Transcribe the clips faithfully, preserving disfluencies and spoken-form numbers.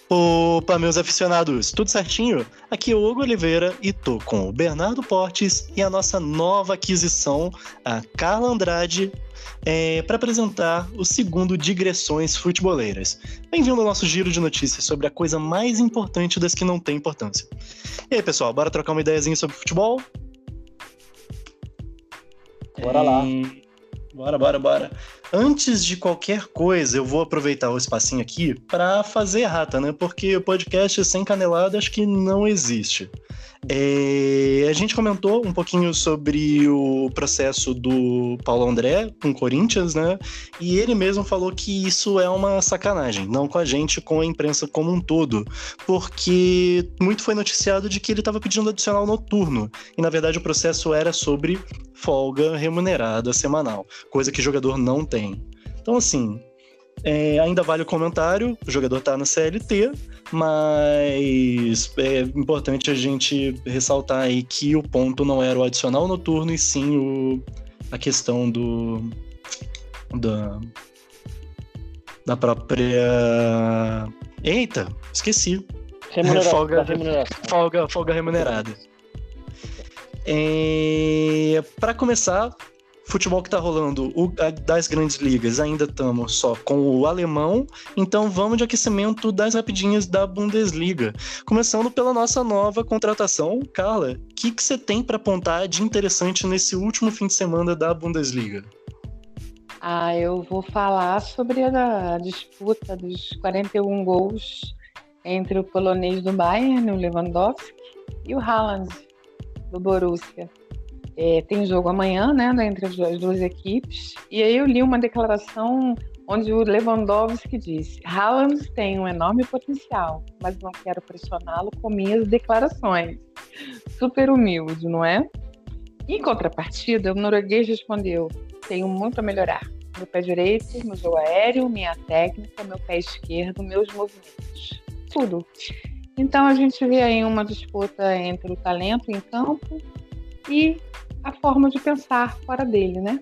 Opa, meus aficionados, tudo certinho? Aqui é o Hugo Oliveira e tô com o Bernardo Portes e a nossa nova aquisição, a Carla Andrade, é, para apresentar o segundo Digressões Futeboleiras. Bem-vindo ao nosso giro de notícias sobre a coisa mais importante das que não tem importância. E aí, pessoal, bora trocar uma ideiazinha sobre futebol? Bora lá. E... Bora, bora, bora. Antes de qualquer coisa, eu vou aproveitar o espacinho aqui para fazer errata, né? Porque o podcast sem canelada acho que não existe. É... A gente comentou um pouquinho sobre o processo do Paulo André com o Corinthians, né? E ele mesmo falou que isso é uma sacanagem, não com a gente, com a imprensa como um todo, porque muito foi noticiado de que ele estava pedindo adicional noturno, e na verdade o processo era sobre folga remunerada semanal, coisa que o jogador não tem. Então, assim, é, ainda vale o comentário, o jogador tá na C L T, mas é importante a gente ressaltar aí que o ponto não era o adicional noturno, e sim o, a questão do da, da própria... Eita, esqueci. Remuneração, folga, remuneração. folga, folga remunerada. É, para começar, futebol que tá rolando o, a, das grandes ligas, ainda estamos só com o alemão, então vamos de aquecimento das rapidinhas da Bundesliga. Começando pela nossa nova contratação. Carla, o que você tem para apontar de interessante nesse último fim de semana da Bundesliga? Ah, eu vou falar sobre a disputa dos quarenta e um gols entre o polonês do Bayern, o Lewandowski, e o Haaland, do Borussia. É, tem jogo amanhã, né, entre as duas equipes, e aí eu li uma declaração onde o Lewandowski disse: Haaland tem um enorme potencial, mas não quero pressioná-lo com minhas declarações. Super humilde, não é? Em contrapartida, o norueguês respondeu: tenho muito a melhorar. Meu pé direito, meu jogo aéreo, minha técnica, meu pé esquerdo, meus movimentos. Tudo. Então a gente vê aí uma disputa entre o talento em campo e a forma de pensar fora dele, né?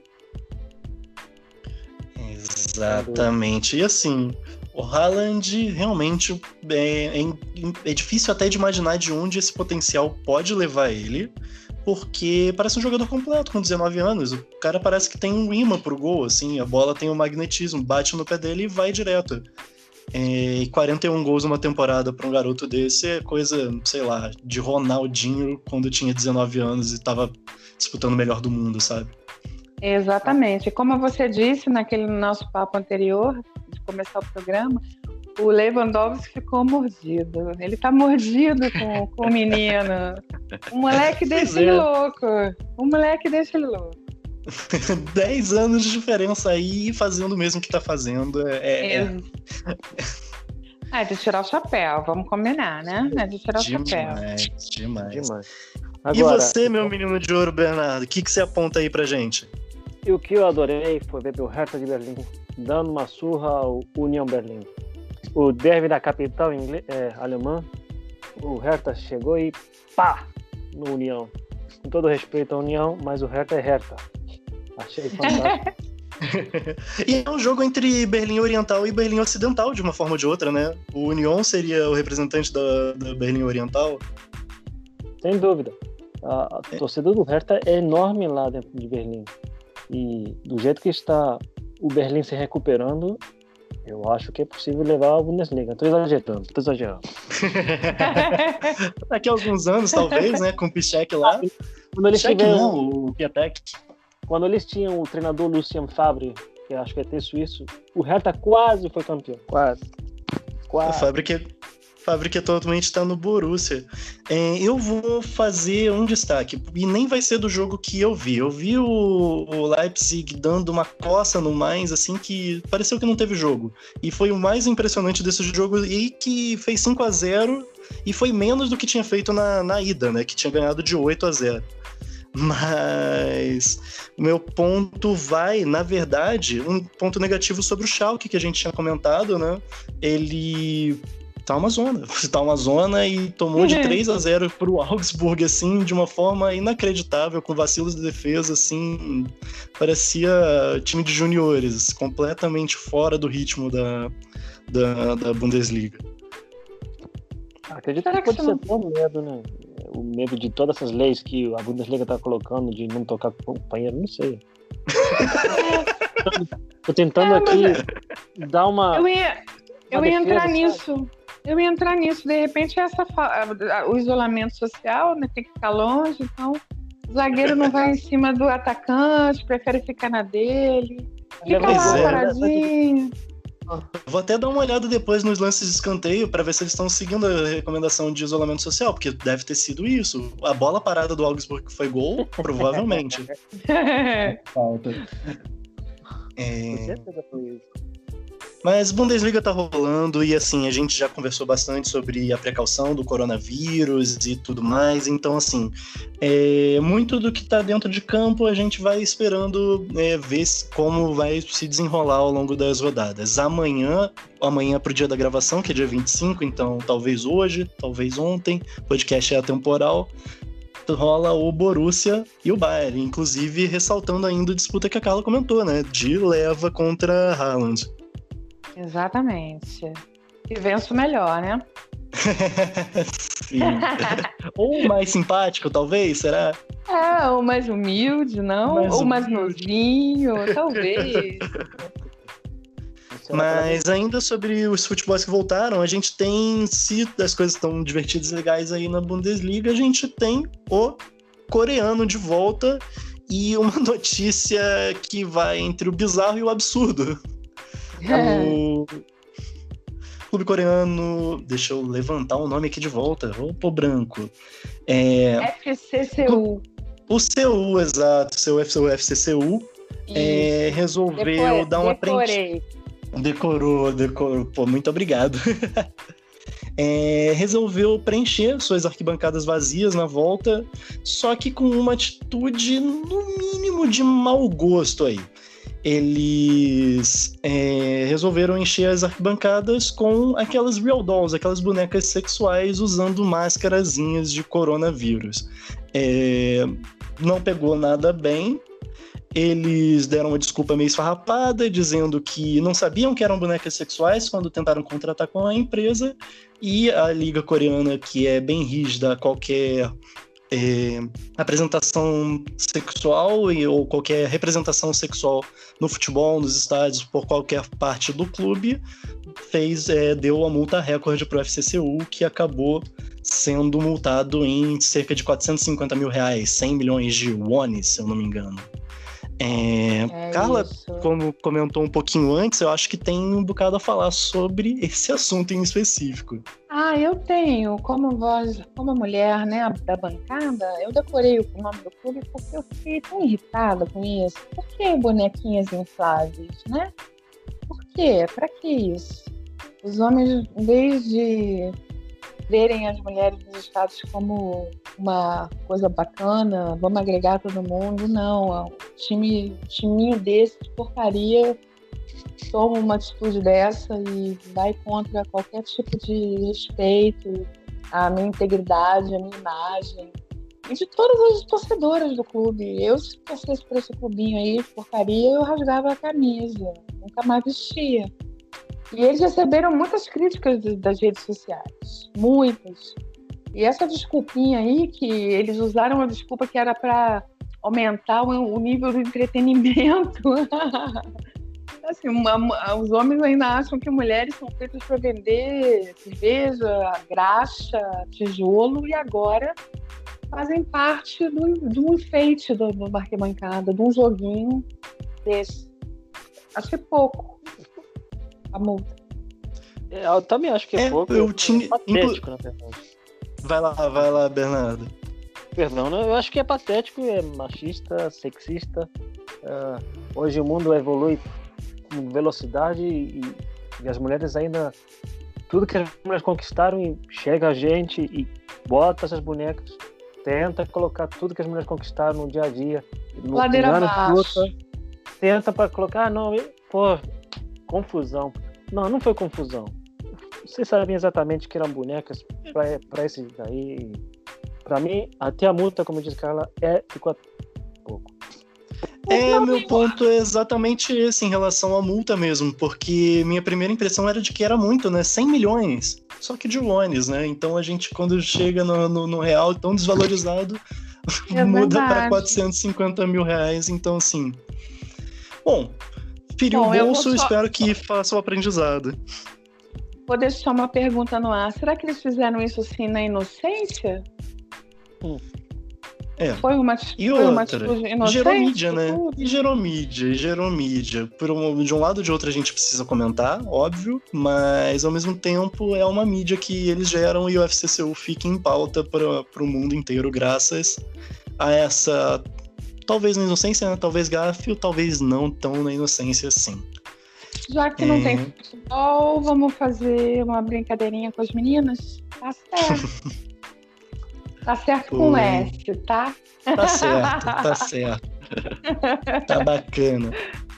Exatamente. E assim, o Haaland realmente é, é, é difícil até de imaginar de onde esse potencial pode levar ele, porque parece um jogador completo com dezenove anos. O cara parece que tem um imã pro gol, assim, a bola tem um magnetismo, bate no pé dele e vai direto. É, e quarenta e um gols numa temporada para um garoto desse é coisa, sei lá, de Ronaldinho quando tinha dezenove anos e tava disputando o melhor do mundo, sabe? Exatamente. Como você disse naquele nosso papo anterior, de começar o programa, o Lewandowski ficou mordido. Ele tá mordido com, com o menino. O moleque deixa ele louco. O moleque deixa ele louco. dez anos de diferença aí, fazendo o mesmo que tá fazendo. É, é... é de tirar o chapéu, vamos combinar, né? É de tirar demais, o chapéu. Demais, demais. Agora, e você, meu menino de ouro, Bernardo, o que, que você aponta aí pra gente? E o que eu adorei foi ver o Hertha de Berlim dando uma surra ao Union Berlim. O derby da capital inglês, é, alemã, o Hertha chegou e pá, no União. Com todo respeito à União, mas o Hertha é Hertha. Achei fantástico. E é um jogo entre Berlim Oriental e Berlim Ocidental, de uma forma ou de outra, né? O Union seria o representante da, da Berlim Oriental? Sem dúvida. A, a é. torcida do Hertha é enorme lá dentro de Berlim. E do jeito que está o Berlim se recuperando, eu acho que é possível levar a Bundesliga. Estou exagerando, estou exagerando. Daqui a alguns anos, talvez, né? Com o Piszczek lá. Quando eles Piszczek tiveram... não, o Piatek. Quando eles tinham o treinador Lucien Favre, que acho que é ter suíço, o Hertha quase foi campeão. Quase. quase. A fábrica, fábrica totalmente está no Borussia. É, eu vou fazer um destaque, e nem vai ser do jogo que eu vi. Eu vi o, o Leipzig dando uma coça no Mainz, assim, que pareceu que não teve jogo. E foi o mais impressionante desse jogo, e que fez cinco a zero, e foi menos do que tinha feito na, na ida, né? Que tinha ganhado de oito a zero. Mas o meu ponto vai, na verdade, um ponto negativo sobre o Schalke, que a gente tinha comentado, né? Ele tá uma zona, tá uma zona e tomou de três a zero pro Augsburg, assim, de uma forma inacreditável, com vacilos de defesa, assim, parecia time de juniores, completamente fora do ritmo da, da, da Bundesliga. Acredito Será que que pode isso ser tão medo, né? O medo de todas essas leis que a Bundesliga tá colocando de não tocar com o companheiro, não sei. Tô tentando É, aqui mas dar uma. Eu ia, eu uma ia defesa, entrar sabe? nisso. Eu ia entrar nisso. De repente, essa fa- o isolamento social, né? Tem que ficar longe. Então, o zagueiro não vai em cima do atacante, prefere ficar na dele. Fica Leva lá Pois é. gol, né? paradinho. Vou até dar uma olhada depois nos lances de escanteio para ver se eles estão seguindo a recomendação de isolamento social, porque deve ter sido isso. A bola parada do Augsburg foi gol, provavelmente. Falta. Com É... certeza foi isso. Mas Bundesliga tá rolando e assim, a gente já conversou bastante sobre a precaução do coronavírus e tudo mais, então assim, é, muito do que tá dentro de campo a gente vai esperando é, ver como vai se desenrolar ao longo das rodadas. Amanhã, amanhã pro dia da gravação, que é dia vinte e cinco, então talvez hoje, talvez ontem, o podcast é atemporal, rola o Borussia e o Bayern, inclusive ressaltando ainda a disputa que a Carla comentou, né, de Leva contra Haaland. Exatamente. Que vença o melhor, né? Sim. Ou mais simpático, talvez, será? É, ou mais humilde, não? Mais ou mais humilde. novinho, talvez. Mas ainda sobre os futebols que voltaram, a gente tem, se as coisas estão divertidas e legais aí na Bundesliga, a gente tem o coreano de volta e uma notícia que vai entre o bizarro e o absurdo. O clube coreano, deixa eu levantar o nome aqui de volta, vou pôr branco. É, F C C U. o C U, exato, o seu F C C U é, resolveu Decore- dar uma decorei. Decorou, decorou. Pô, muito obrigado. É, resolveu preencher suas arquibancadas vazias na volta, só que com uma atitude, no mínimo, de mau gosto aí. Eles é, resolveram encher as arquibancadas com aquelas real dolls, aquelas bonecas sexuais usando máscarazinhas de coronavírus. É, não pegou nada bem. Eles deram uma desculpa meio esfarrapada, dizendo que não sabiam que eram bonecas sexuais quando tentaram contratar com a empresa, e a liga coreana, que é bem rígida a qualquer é, apresentação sexual e, ou qualquer representação sexual no futebol, nos estádios, por qualquer parte do clube, fez, é, deu a multa recorde para o F C C U, que acabou sendo multado em cerca de quatrocentos e cinquenta mil reais, cem milhões de wones, se eu não me engano. É, É Carla, isso. como comentou um pouquinho antes, eu acho que tem um bocado a falar sobre esse assunto em específico. Ah, eu tenho, como voz, como mulher, né, da bancada, eu decorei o nome do clube porque eu fiquei tão irritada com isso. Por que bonequinhas infláveis, né? Por quê? Pra que isso? Os homens, em vez de verem as mulheres dos estados como uma coisa bacana, vamos agregar todo mundo, não. Um time, um timinho desse de porcaria toma uma atitude dessa e vai contra qualquer tipo de respeito à minha integridade, à minha imagem e de todas as torcedoras do clube. Eu, se torcesse por esse clubinho aí de porcaria, eu rasgava a camisa, nunca mais vestia. E eles receberam muitas críticas das redes sociais, muitas. E essa desculpinha aí, que eles usaram uma desculpa que era para aumentar o nível do entretenimento. Assim, uma, os homens ainda acham que mulheres são feitas para vender cerveja, graxa, tijolo, e agora fazem parte do, de um enfeite do, do arquibancada, de um joguinho desse. Acho que é pouco a multa. É, eu também acho que é, É, pouco. eu tinha- É patético, na verdade. Vai lá, vai lá, Bernardo. Perdão, né? Eu acho que é patético, é machista, sexista. Uh, hoje o mundo evolui com velocidade e, e as mulheres ainda... Tudo que as mulheres conquistaram e chega a gente e bota essas bonecas, tenta colocar tudo que as mulheres conquistaram no dia a dia. No Ladeira engano, abaixo. luta, tenta para colocar, ah, não, pô, confusão. Não, não foi confusão. Vocês sabiam exatamente que eram bonecas para esses daí. Para mim, até a multa, como disse Carla, é ficou pouco. É, meu ponto é exatamente esse em relação à multa mesmo, porque minha primeira impressão era de que era muito, né? cem milhões, só que de iones, né? Então a gente, quando chega no, no, no real tão desvalorizado, É muda para verdade. quatrocentos e cinquenta mil reais, então assim... Bom, feriu Bom, o eu vou bolso, eu só- espero que faça o aprendizado. Vou deixar uma pergunta no ar. Será que eles fizeram isso assim na inocência? É. Foi uma, E foi uma outra, atitude inocente? gerou mídia, né? Tudo? E gerou mídia, e gerou mídia. Por um, de um lado ou de outro a gente precisa comentar, óbvio, mas ao mesmo tempo é uma mídia que eles geram e o U F C C U fica em pauta para o mundo inteiro, graças a essa, talvez na inocência, né? Talvez gafe, ou talvez não tão na inocência assim. Já que não É. tem futebol, vamos fazer uma brincadeirinha com as meninas? Tá certo. Tá certo com Oi. S, tá? Tá certo, tá certo. Tá bacana.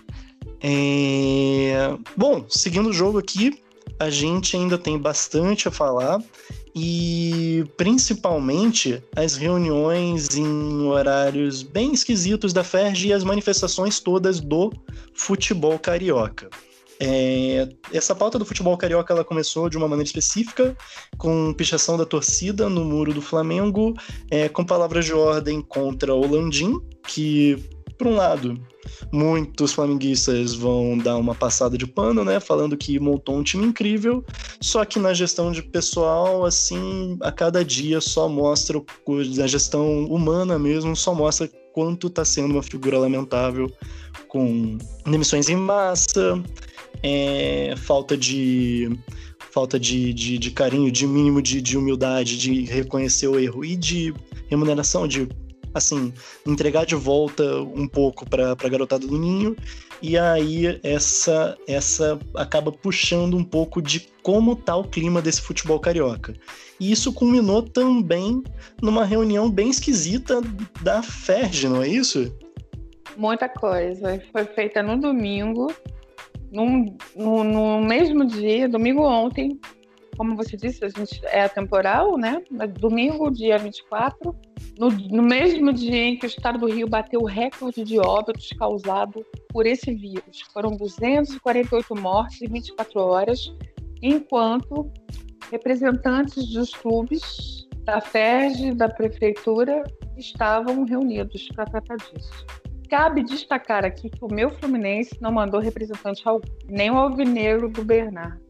É... Bom, seguindo o jogo aqui, a gente ainda tem bastante a falar e principalmente as reuniões em horários bem esquisitos da F E R J e as manifestações todas do futebol carioca. É, essa pauta do futebol carioca ela começou de uma maneira específica, com pichação da torcida no muro do Flamengo, é, com palavras de ordem contra o Landim, que, por um lado, muitos flamenguistas vão dar uma passada de pano, né, falando que montou um time incrível, só que na gestão de pessoal, assim, a cada dia só mostra, a gestão humana mesmo, só mostra quanto está sendo uma figura lamentável, com demissões em massa, É, falta de falta de, de, de carinho, de mínimo de, de humildade, de reconhecer o erro e de remuneração, de, assim, entregar de volta um pouco para a garotada do Ninho, e aí essa, essa acaba puxando um pouco de como tá o clima desse futebol carioca. E isso culminou também numa reunião bem esquisita da F E R J, não é isso? Muita coisa. Foi feita no domingo, num, no, no mesmo dia, domingo ontem. Como você disse, a gente é atemporal, né? Domingo, dia vinte e quatro, no, no mesmo dia em que o estado do Rio bateu o recorde de óbitos causado por esse vírus. Foram duzentas e quarenta e oito mortes em vinte e quatro horas, enquanto representantes dos clubes, da F E R J, da prefeitura, estavam reunidos para tratar disso. Cabe destacar aqui que o meu Fluminense não mandou representante algum, nem o alvinegro do Bernardo.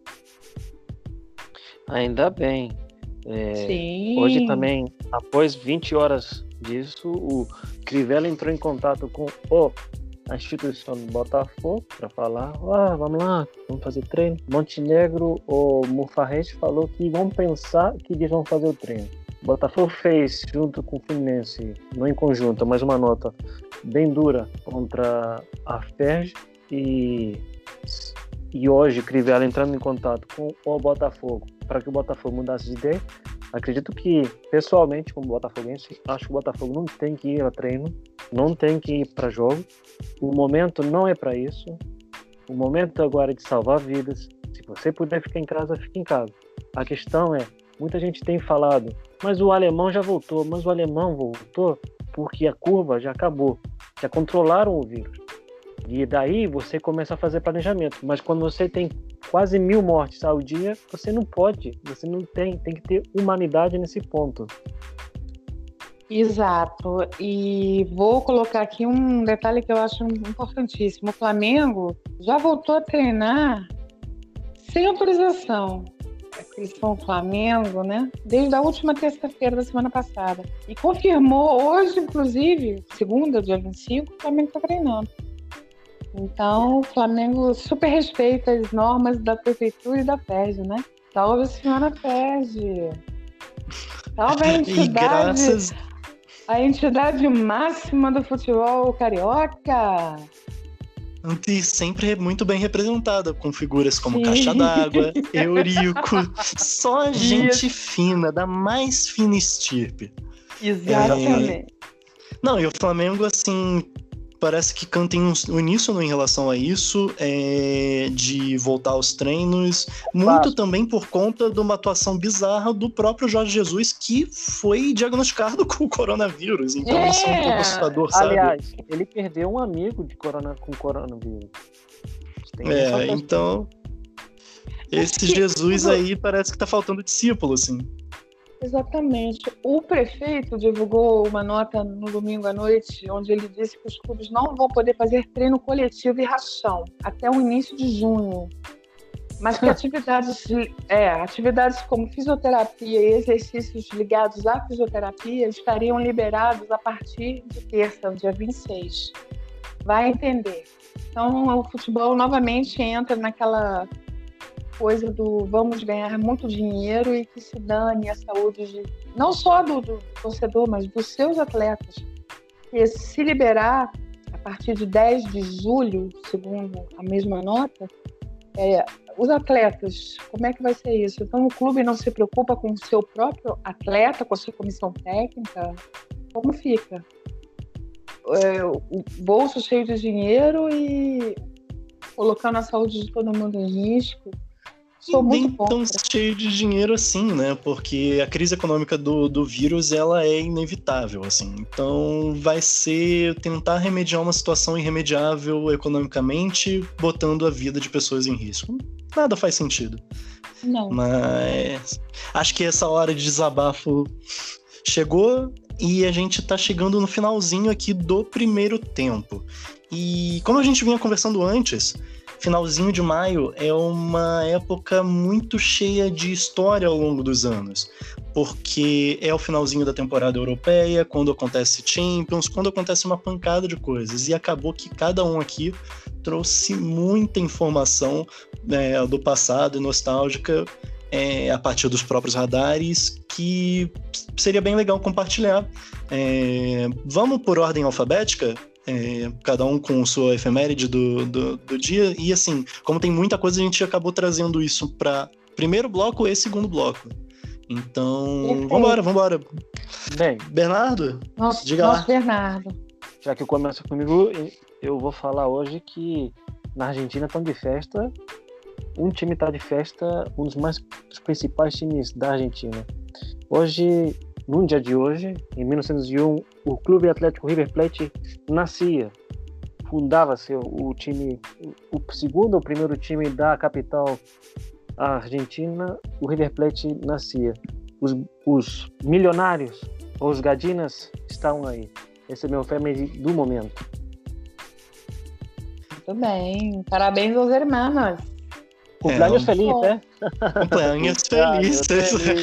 Ainda bem. É, Sim. Hoje também, após vinte horas disso, o Crivella entrou em contato com o, a instituição do Botafogo para falar, ah, vamos lá, vamos fazer treino. Montenegro, o Mufarrete falou que vão pensar que eles vão fazer o treino. O Botafogo fez, junto com o Fluminense, não em conjunto, mas uma nota bem dura contra a F E R J e, e hoje Crivella entrando em contato com o Botafogo para que o Botafogo mudasse de ideia. Acredito que, pessoalmente, como botafoguense, acho que o Botafogo não tem que ir a treino, não tem que ir para jogo. O momento não é para isso. O momento agora é de salvar vidas. Se você puder ficar em casa, fique em casa. A questão é, muita gente tem falado, mas o alemão já voltou, mas o alemão voltou porque a curva já acabou, já controlaram o vírus. E daí você começa a fazer planejamento. Mas quando você tem quase mil mortes ao dia, você não pode, você não tem, tem que ter humanidade nesse ponto. Exato. E vou colocar aqui um detalhe que eu acho importantíssimo. O Flamengo já voltou a treinar sem autorização. Eles são o Flamengo, né? Desde a última terça-feira da semana passada. E confirmou hoje, inclusive, segunda, dia vinte e cinco, o Flamengo está treinando. Então, o Flamengo super respeita as normas da prefeitura e da F E R J, né? Salve a senhora F E R J! Salve a entidade, E graças... a entidade máxima do futebol carioca! E sempre muito bem representada, com figuras como Sim. Caixa d'Água, Eurico, só gente Isso. fina, da mais fina estirpe. Exatamente. É... Não, e o Flamengo, assim, parece que cantem um uníssono em relação a isso, é, de voltar aos treinos, muito Fácil. também por conta de uma atuação bizarra do próprio Jorge Jesus, que foi diagnosticado com o coronavírus. Então É. isso é um pouco assustador, sabe? Aliás, ele perdeu um amigo de corona, com coronavírus. Tem essa É, questão. então esse que- Jesus aí parece que tá faltando discípulo, assim. Exatamente. O prefeito divulgou uma nota no domingo à noite, onde ele disse que os clubes não vão poder fazer treino coletivo e ração até o início de junho. Mas que atividades, é, atividades como fisioterapia e exercícios ligados à fisioterapia estariam liberados a partir de terça, dia vinte e seis. Vai entender. Então, o futebol novamente entra naquela coisa do vamos ganhar muito dinheiro e que se dane a saúde de, não só do, do torcedor, mas dos seus atletas. E se liberar a partir de dez de julho, segundo a mesma nota, é, os atletas, como é que vai ser isso? Então o clube não se preocupa com o seu próprio atleta, com a sua comissão técnica? Como fica? É, o bolso cheio de dinheiro e colocando a saúde de todo mundo em risco. Sou E nem muito tão contra. cheio de dinheiro assim, né? Porque a crise econômica do, do vírus, ela é inevitável, assim. Então vai ser tentar remediar uma situação irremediável economicamente, botando a vida de pessoas em risco. Nada faz sentido. Não. Mas acho que essa hora de desabafo chegou e a gente tá chegando no finalzinho aqui do primeiro tempo. E como a gente vinha conversando antes, finalzinho de maio é uma época muito cheia de história ao longo dos anos, porque é o finalzinho da temporada europeia, quando acontece Champions, quando acontece uma pancada de coisas, e acabou que cada um aqui trouxe muita informação, né, do passado e nostálgica, é, a partir dos próprios radares, que seria bem legal compartilhar. É, vamos por ordem alfabética? É, cada um com sua efeméride do, do, do dia, e assim, como tem muita coisa, a gente acabou trazendo isso para primeiro bloco e segundo bloco. Então, Perfeito. vambora, vambora. Bem, Bernardo, Nosso, diga nosso lá. Bernardo. já que começa comigo, eu vou falar hoje que na Argentina estão de festa. Um time está de festa, um dos mais dos principais times da Argentina. Hoje, no dia de hoje, em mil novecentos e um, o Clube Atlético River Plate nascia. Fundava-se o time, o segundo ou primeiro time da capital argentina, o River Plate nascia. Os, os milionários, os gadinas, estão aí. Esse é meu family do momento. Muito bem. Parabéns aos irmãos. Cumpleaños É, feliz, bom. né? Cumpleaños Cumpleaños felizes. feliz.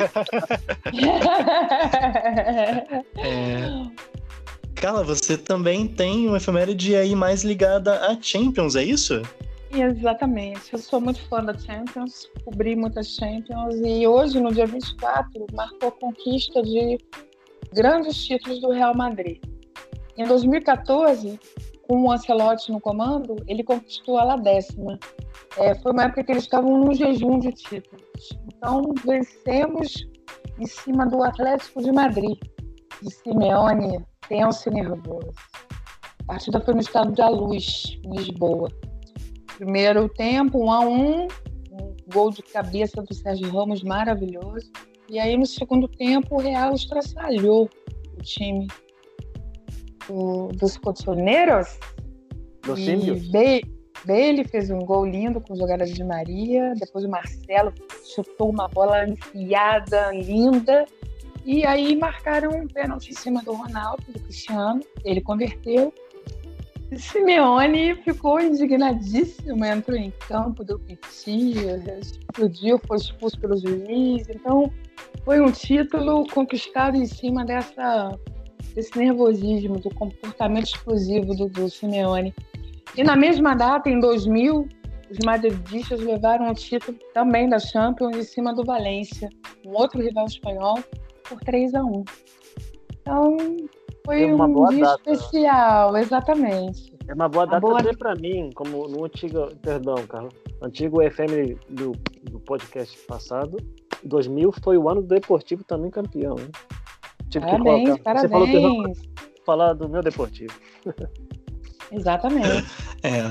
É. Carla, você também tem uma efeméride aí mais ligada a Champions, é isso? Exatamente. Eu sou muito fã da Champions, cobri muitas Champions e hoje, no dia vinte e quatro, marcou a conquista de grandes títulos do Real Madrid. Em dois mil e quatorze, com o Ancelotti no comando, ele conquistou a la décima. É, foi uma época que eles estavam num jejum de títulos. Então, vencemos em cima do Atlético de Madrid, de Simeone, tenso e nervoso. A partida foi no Estádio da Luz, em Lisboa. Primeiro tempo, um a um, um gol de cabeça do Sérgio Ramos maravilhoso. E aí, no segundo tempo, o Real estraçalhou o time do, dos colchoneiros. Dos E símbios. Bale, Bale fez um gol lindo com jogada de Maria. Depois o Marcelo chutou uma bola enfiada, linda. E aí marcaram um pênalti em cima do Ronaldo, do Cristiano. Ele converteu. Simeone ficou indignadíssimo, entrou em campo, deu piti, explodiu, foi expulso pelo juiz. Então, foi um título conquistado em cima dessa, desse nervosismo, do comportamento explosivo do, do Simeone. E na mesma data, em dois mil, os madridistas levaram o título também da Champions em cima do Valência, um outro rival espanhol, por três a um. Então, foi É uma um boa dia data. especial, exatamente. É uma boa data boa- até pra mim, como no antigo, perdão, Carlos, antigo F M do, do podcast passado, dois mil foi o ano do Deportivo também campeão, hein? Tive que Parabéns, colocar. Você falou que eu não parabéns. falar do meu Deportivo. Exatamente. É.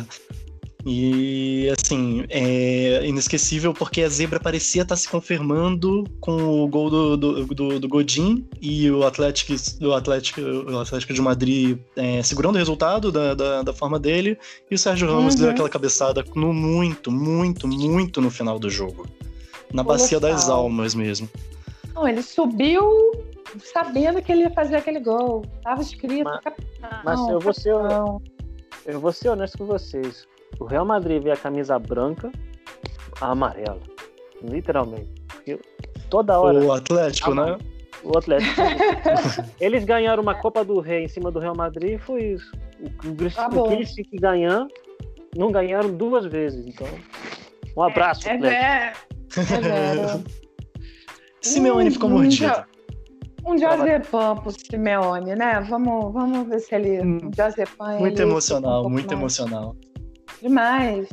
E, assim, é inesquecível porque a zebra parecia estar se confirmando com o gol do, do, do, do Godin e o Atlético, o Atlético, o Atlético de Madrid é, segurando o resultado da, da, da forma dele, e o Sérgio Ramos Uhum. deu aquela cabeçada no muito, muito, muito no final do jogo. Na bacia das Colossal. almas mesmo. Não, ele subiu sabendo que ele ia fazer aquele gol. Tava escrito, Mas- capitão, mas eu vou ser- capitão. Eu vou ser honesto com vocês. O Real Madrid vê a camisa branca, a amarela. Literalmente. Porque toda hora. O Atlético, Ah, né? O Atlético. Eles ganharam uma Copa do Rei em cima do Real Madrid e foi isso. O, o, Tá o bom. que eles tinham que ganhar, não ganharam duas vezes. Então, um abraço, É, Atlético. é, é zero. Simeone ficou Um- mordido. Um Josepam pro Simeone, né? Vamos, vamos ver se ele. Hum, Um Josepam. Muito ele emocional, fica um pouco muito mais- emocional. Demais.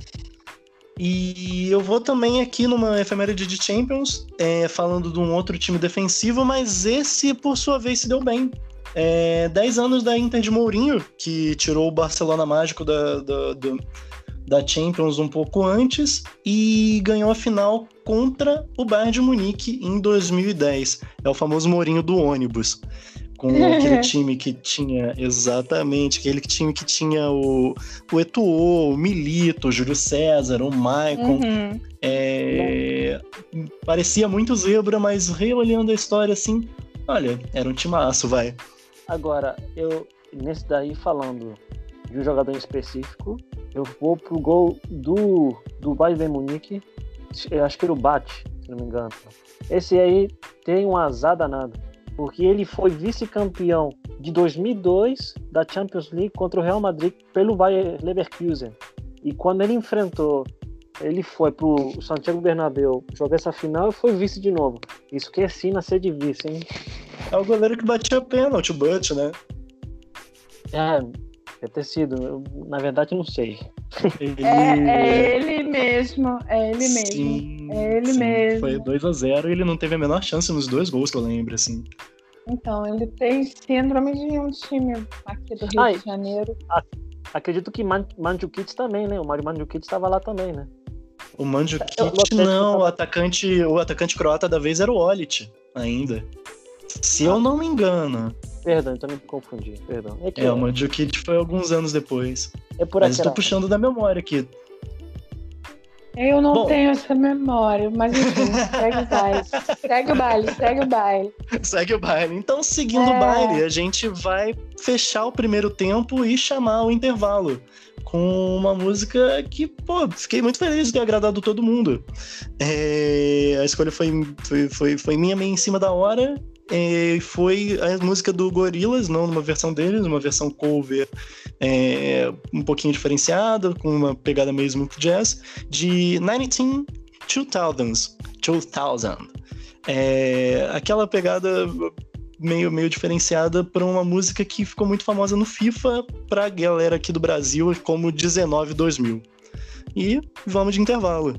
E eu vou também aqui numa efeméride de Champions, é, falando de um outro time defensivo, mas esse, por sua vez, se deu bem. É, dez anos da Inter de Mourinho, que tirou o Barcelona mágico da, da, do- da Champions um pouco antes e ganhou a final contra o Bayern de Munique em dois mil e dez. É o famoso Mourinho do ônibus. Com aquele time que tinha, exatamente, aquele time que tinha o, o Eto'o, o Milito, o Júlio César, o Maicon. Uhum. É, parecia muito zebra, mas reolhando a história assim, olha, era um timaço, vai. Agora, eu, nesse daí, falando de um jogador em específico, eu vou pro gol do, do Bayern de Munique. Eu acho que era o Bate, se não me engano. Esse aí tem um azar danado, porque ele foi vice-campeão de dois mil e dois da Champions League contra o Real Madrid pelo Bayer Leverkusen. E quando ele enfrentou, ele foi pro Santiago Bernabéu jogar essa final e foi vice de novo. Isso que é sim nascer de vice, hein? É o goleiro que batia pênalti, o Butch, né? É, deve ter sido. Eu, na verdade, não sei. Ele... É, é ele mesmo. É ele mesmo. Sim, É ele sim, mesmo. Foi dois a zero e ele não teve a menor chance nos dois gols que eu lembro, assim. Então, ele tem síndrome de um time aqui do Rio Ai. de Janeiro. Acredito que Man- Mandzukic também, né? O Mário Mandzukic estava lá também, né? O Mandzukic, Eu- eu- não, eu- o atacante, o atacante croata da vez era o Olic, ainda. Se eu não me engano. Perdão, então me confundi. Perdão. É, que É, o Mandzukic foi alguns anos depois. é por Mas aquela... estou puxando da memória aqui. Eu não Bom. tenho essa memória, mas enfim, segue o baile. Segue o baile, segue o baile. Segue o baile. Então, seguindo É. o baile, a gente vai fechar o primeiro tempo e chamar o intervalo com uma música que, pô, fiquei muito feliz de ter agradado todo mundo. É, a escolha foi, foi, foi, foi minha, meio em cima da hora. É, foi a música do Gorillaz, não numa versão deles, uma versão cover é, um pouquinho diferenciada, com uma pegada meio smooth jazz, de nineteen thousands. dois mil. É, aquela pegada meio, meio diferenciada para uma música que ficou muito famosa no FIFA pra galera aqui do Brasil como dezenove dois mil. E vamos de intervalo.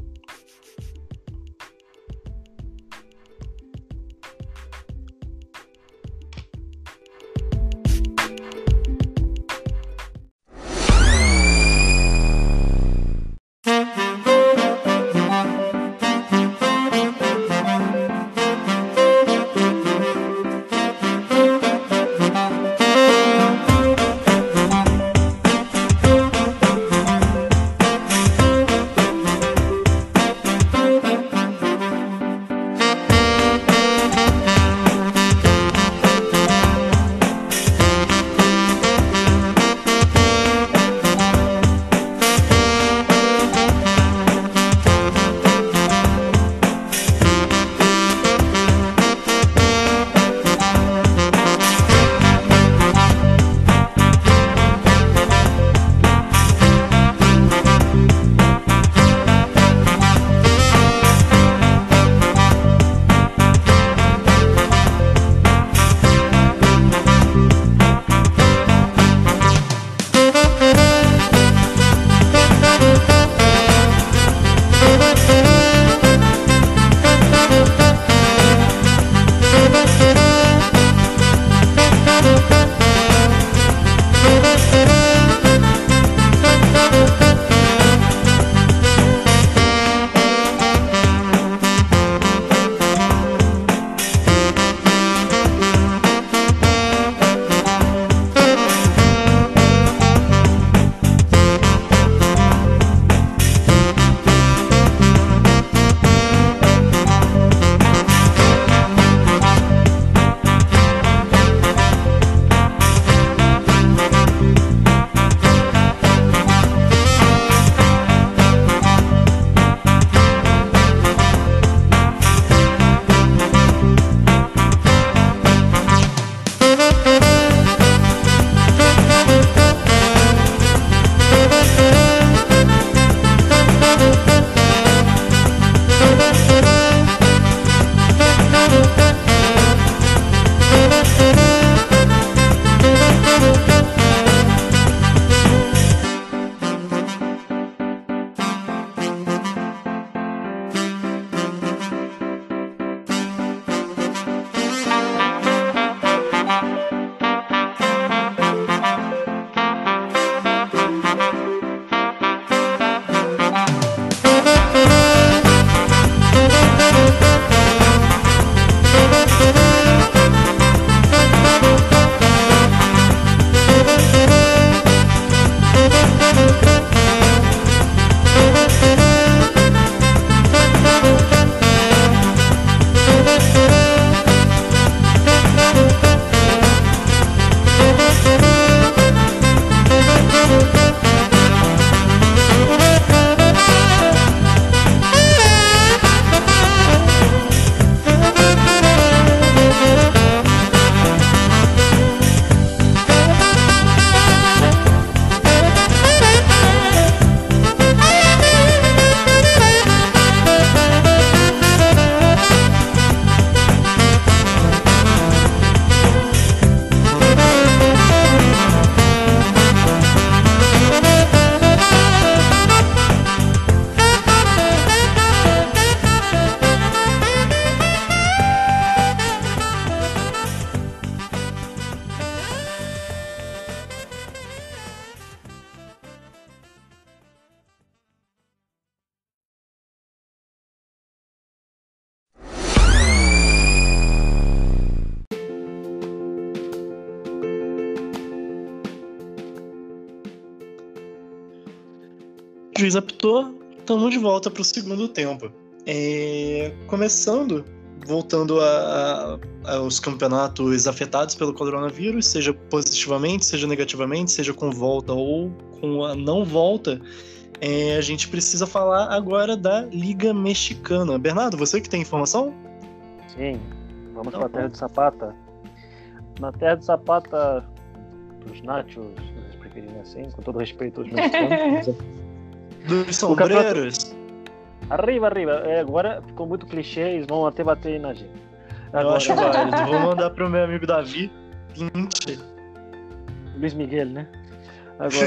O juiz apitou, estamos de volta para o segundo tempo. É, começando, voltando a, a, aos campeonatos afetados pelo coronavírus, seja positivamente, seja negativamente, seja com volta ou com a não volta, é, a gente precisa falar agora da Liga Mexicana. Bernardo, você que tem informação? Sim, vamos Então, para a terra de Zapata. Na terra de Zapata, dos nachos, vocês preferirem assim, com todo respeito aos mexicanos. Dos sombreiros. Arriba, arriba. É, agora ficou muito clichê, eles vão até bater na gente. Agora, Eu acho válido. Vou mandar pro meu amigo Davi. vinte. Luiz Miguel, né? Agora.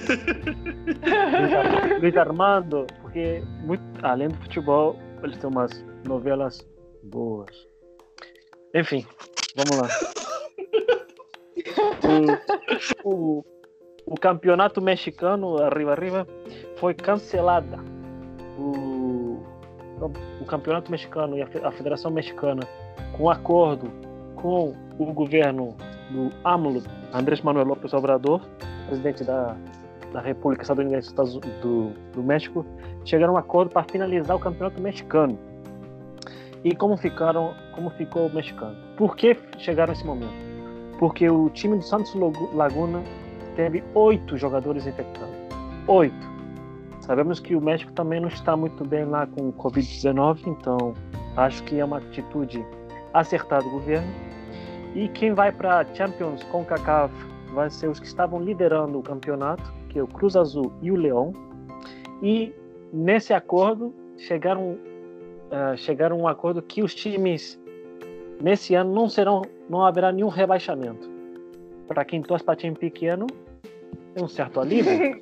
Luiz, Luiz Armando, porque muito, além do futebol, eles têm umas novelas boas. Enfim, vamos lá. O, o, o campeonato mexicano, arriba, arriba, foi cancelada. O, o campeonato mexicano e a Federação Mexicana, com acordo com o governo do AMLO, Andrés Manuel López Obrador, presidente da, da República Estadunidense do, do México, chegaram a um acordo para finalizar o campeonato mexicano. E como, ficaram, como ficou o mexicano? Por que chegaram a esse momento? Porque o time do Santos Laguna teve oito jogadores infectados. Oito. Sabemos que o México também não está muito bem lá com o covid dezenove, então acho que é uma atitude acertada do governo. E quem vai para a Champions CONCACAF vai ser os que estavam liderando o campeonato, que é o Cruz Azul e o León. E nesse acordo chegaram, uh, chegaram a um acordo que os times nesse ano não serão, não haverá nenhum rebaixamento. Para quem torce para time pequeno, é um certo alívio.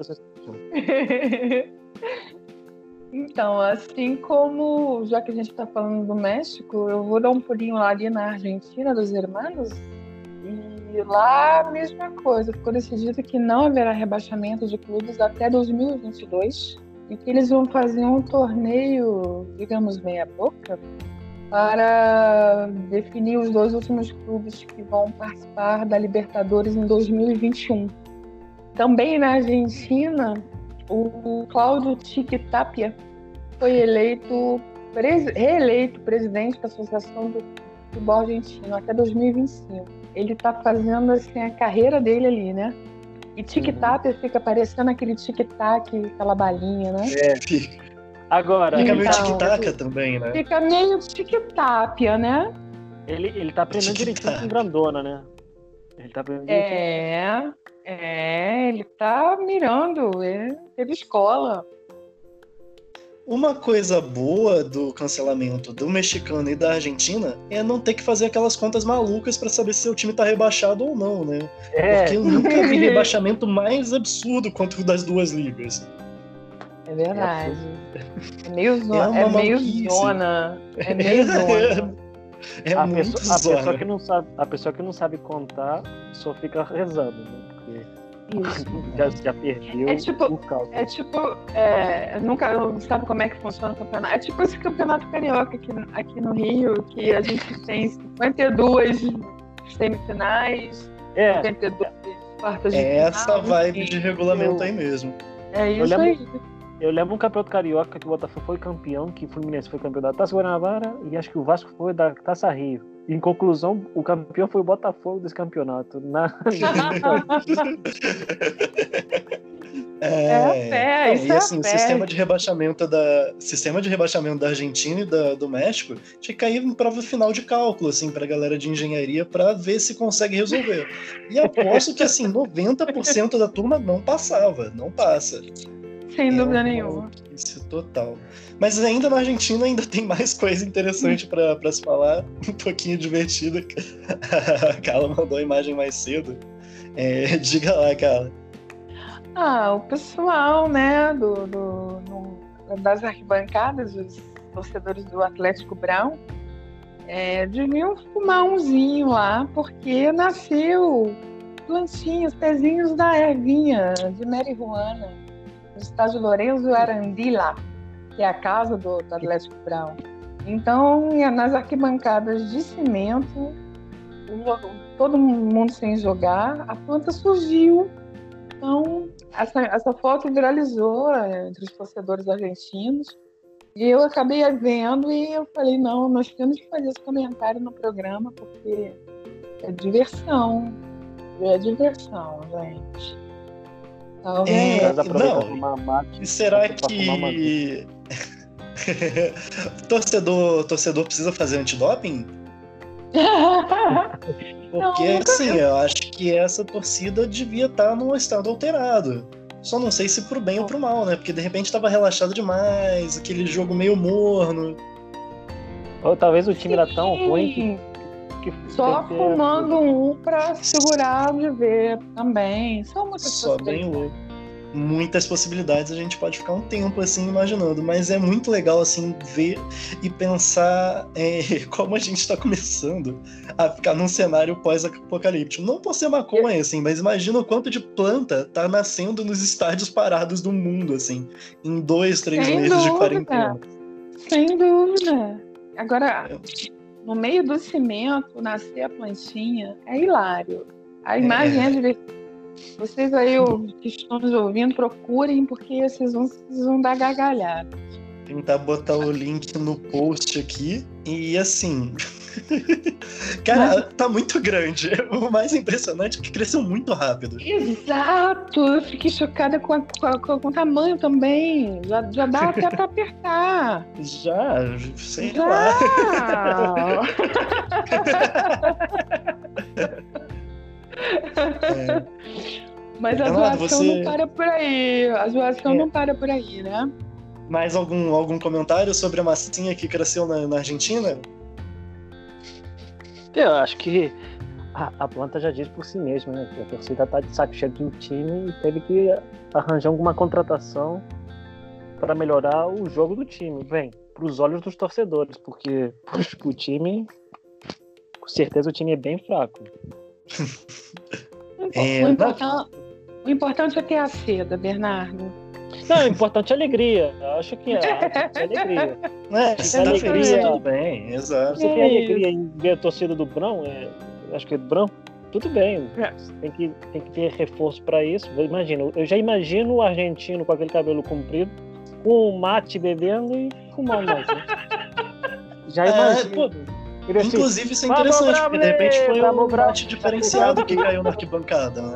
Então, assim como, já que a gente está falando do México, eu vou dar um pulinho lá ali na Argentina, dos Hermanos, e lá a mesma coisa. Ficou decidido que não haverá rebaixamento de clubes até dois mil e vinte e dois e que eles vão fazer um torneio, digamos, meia-boca, para definir os dois últimos clubes que vão participar da Libertadores em dois mil e vinte e um. Também na Argentina, o Cláudio Chiquitapia foi eleito, pres, reeleito presidente da Associação do Futebol Argentino até dois mil e vinte e cinco. Ele está fazendo assim, a carreira dele ali, né? E Chiquitapia uhum. fica parecendo aquele tic-tac, aquela balinha, né? É, fica. Agora, fica então, meio tic-tac também, né? Fica meio Chiquitapia, né? Ele, ele tá aprendendo direitinho com grandona, né? Ele tá aprendendo direitinho. É... É, ele tá mirando, ele teve escola. Uma coisa boa do cancelamento do mexicano e da Argentina é não ter que fazer aquelas contas malucas pra saber se seu time tá rebaixado ou não, né? É. Porque eu nunca vi rebaixamento mais absurdo quanto o das duas ligas. É verdade. É meio É zona. uma É meio maluquice. zona. É meio zona. É a, muito pessoa, a, zona. pessoa que não sabe, a pessoa que não sabe contar só fica rezando, né? Isso. Já, já perdeu É tipo, o cálculo. é tipo é, nunca sabe como é que funciona o campeonato. É tipo esse campeonato carioca aqui, aqui no Rio, que a gente tem cinquenta e duas semifinais, É. cinquenta e duas quartas de É final. essa vibe enfim. de regulamento Eu- aí mesmo. É Eu isso lembro- aí. Eu lembro um campeonato carioca que o Botafogo foi campeão, que o Fluminense foi campeão da Taça Guanabara e acho que o Vasco foi da Taça Rio. Em conclusão, o campeão foi o Botafogo desse campeonato. Na... É a fé, Não, isso e é a assim, o fé. sistema de rebaixamento da sistema de rebaixamento da Argentina e da, do México tinha que cair em prova final de cálculo, assim, pra galera de engenharia pra ver se consegue resolver. E aposto que, assim, noventa por cento da turma não passava, não passa. Sem É dúvida uma nenhuma. maluquice total. Mas ainda na Argentina ainda tem mais coisa interessante pra, pra se falar, um pouquinho divertida. A Carla mandou a imagem mais cedo. É, diga lá, Carla. Ah, o pessoal, né, do, do, no- das arquibancadas, os torcedores do Atlético Brown, é, deviam fumar umzinho lá, porque nasceu plantinhas, pezinhos da ervinha de marihuana, no estádio Lourenço Arandila, que é a casa do, do Atlético Brown. Então, nas arquibancadas de cimento, o- todo mundo sem jogar, a planta surgiu. Então, essa, essa foto viralizou entre os torcedores argentinos. E eu acabei vendo e eu falei, não, nós temos que fazer esse comentário no programa, porque é diversão. É diversão, gente. Então, É, Mas aproveita não, pra tomar mate, E será pra fumar uma que torcedor, torcedor precisa fazer antidoping? Porque, Não, assim, eu acho que essa torcida devia estar num estado alterado. Só não sei se pro bem ou pro mal, né? Porque de repente tava relaxado demais, aquele jogo meio morno. Ou talvez o time era tão sim, ruim que, que só tem que ter- fumando um pra segurar de ver também. São muitas Só bem possibilidades. louco. Muitas possibilidades, a gente pode ficar um tempo assim imaginando, mas é muito legal assim ver e pensar é, como a gente está começando a ficar num cenário pós-apocalíptico. Não por ser maconha, assim, mas imagina o quanto de planta tá nascendo nos estádios parados do mundo, assim, em dois, três Sem meses de dúvida. quarentena. Sem dúvida. Agora, no meio do cimento, nascer a plantinha é hilário. A imagem é, é divertida. Vocês aí que estão nos ouvindo, procurem, porque vocês vão, vocês vão dar gargalhada. Tentar botar o link no post aqui e assim. Cara, tá muito grande. O mais impressionante é que cresceu muito rápido. Exato! Eu fiquei chocada com, a, com, a, com o tamanho também. Já, já dá até pra apertar. Já, sei Já. lá. É. Mas a Renato, zoação você- não para por aí. A zoação É. não para por aí, né? Mais algum, algum comentário sobre a massinha que cresceu na, na Argentina? Eu acho que a, a planta já diz por si mesma, né? Que a torcida tá de saco cheio do time e teve que arranjar alguma contratação para melhorar o jogo do time. Bem, pros olhos dos torcedores, porque pro time, com certeza o time é bem fraco. É, o, importan- o importante é ter a seda, Bernardo. Não, o importante é a alegria. Eu acho que é, é alegria. É, se tá Exatamente. feliz, tudo bem, exato. Você tem alegria em ver a torcida do Brão, é, acho que é do Brão, tudo bem. É. Tem que, tem que ter reforço para isso. Imagina, eu já imagino o argentino com aquele cabelo comprido, com um mate bebendo e fumando mais. Né? Já É, imagino. pô, Ele assim, Inclusive, isso é "Vamos, interessante, porque de repente foi Bravo, um Bravo." mate diferenciado que caiu na arquibancada, né?